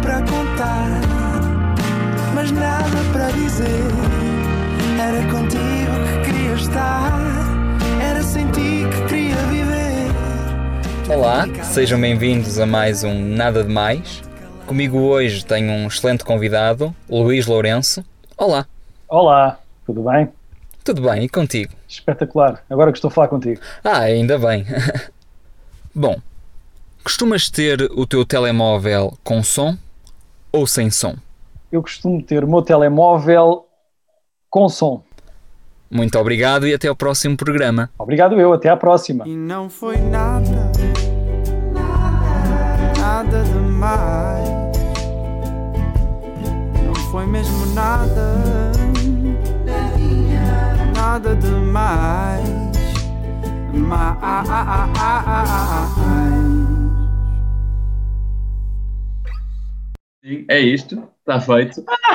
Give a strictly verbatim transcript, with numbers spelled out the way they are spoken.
para contar, mas nada para dizer. Era contigo que queria estar, era sem ti que queria viver. Olá, sejam bem-vindos a mais um Nada de Mais. Comigo hoje tenho um excelente convidado, Luís Lourenço. Olá. Olá, tudo bem? Tudo bem, e contigo? Espetacular, agora que estou a falar contigo. Ah, ainda bem. Bom, costumas ter o teu telemóvel com som ou sem som? Eu costumo ter o meu telemóvel com som. Muito obrigado e até ao próximo programa. Obrigado eu, até à próxima. E não foi nada, nada, nada demais. Não foi mesmo nada, nada demais. Mais. É isto, está feito.